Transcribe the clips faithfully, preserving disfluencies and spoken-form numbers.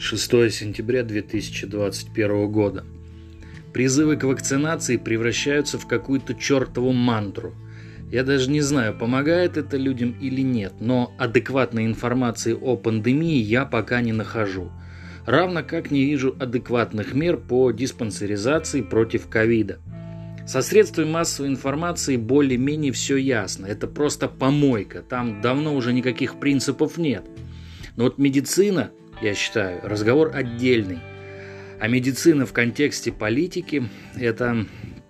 шестое сентября две тысячи двадцать первого года. Призывы к вакцинации превращаются в какую-то чертову мантру. Я даже не знаю, помогает это людям или нет, но адекватной информации о пандемии я пока не нахожу. Равно как не вижу адекватных мер по диспансеризации против ковида. Со средствами массовой информации более-менее все ясно. Это просто помойка, там давно уже никаких принципов нет. Но вот медицина, я считаю, разговор отдельный. А медицина в контексте политики – это…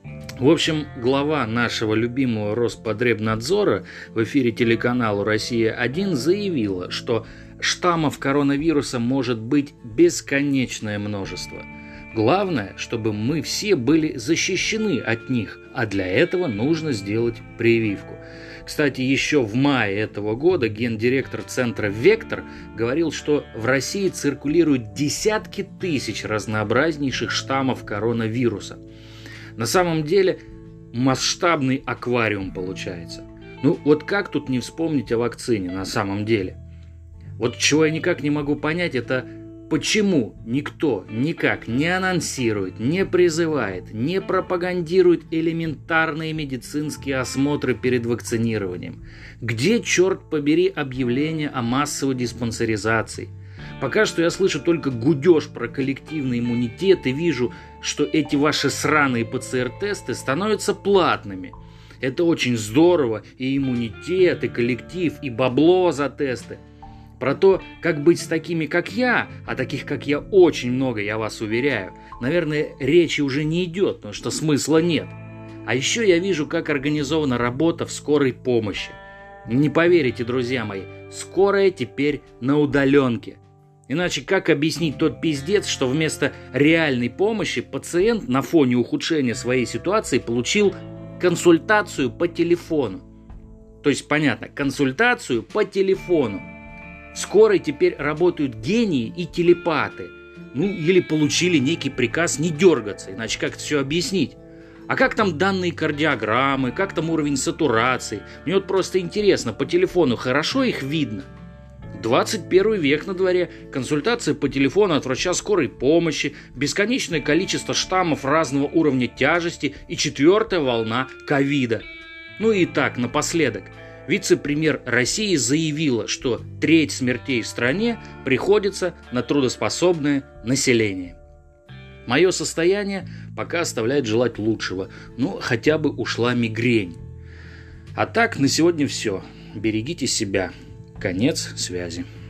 В общем, глава нашего любимого Роспотребнадзора в эфире телеканала «Россия один» заявила, что штаммов коронавируса может быть бесконечное множество. Главное, чтобы мы все были защищены от них, а для этого нужно сделать прививку. Кстати, еще в мае этого года гендиректор центра «Вектор» говорил, что в России циркулируют десятки тысяч разнообразнейших штаммов коронавируса. На самом деле масштабный аквариум получается. Ну вот как тут не вспомнить о вакцине на самом деле? Вот чего я никак не могу понять, это почему никто никак не анонсирует, не призывает, не пропагандирует элементарные медицинские осмотры перед вакцинированием? Где, черт побери, объявление о массовой диспансеризации? Пока что я слышу только гудеж про коллективный иммунитет и вижу, что эти ваши сраные ПЦР-тесты становятся платными. Это очень здорово, и иммунитет, и коллектив, и бабло за тесты. Про то, как быть с такими, как я, а таких, как я, очень много, я вас уверяю, наверное, речи уже не идет, потому что смысла нет. А еще я вижу, как организована работа в скорой помощи. Не поверите, друзья мои, скорая теперь на удаленке. Иначе как объяснить тот пиздец, что вместо реальной помощи пациент на фоне ухудшения своей ситуации получил консультацию по телефону? То есть, понятно, консультацию по телефону. В скорой теперь работают гении и телепаты. Ну, или получили некий приказ не дергаться, иначе как это все объяснить? А как там данные кардиограммы, как там уровень сатурации? Мне вот просто интересно, по телефону хорошо их видно? двадцать первый век на дворе, консультация по телефону от врача скорой помощи, бесконечное количество штаммов разного уровня тяжести и четвертая волна ковида. Ну и так, напоследок. Вице-премьер России заявила, что треть смертей в стране приходится на трудоспособное население. Мое состояние пока оставляет желать лучшего, ну хотя бы ушла мигрень. А так, на сегодня все. Берегите себя. Конец связи.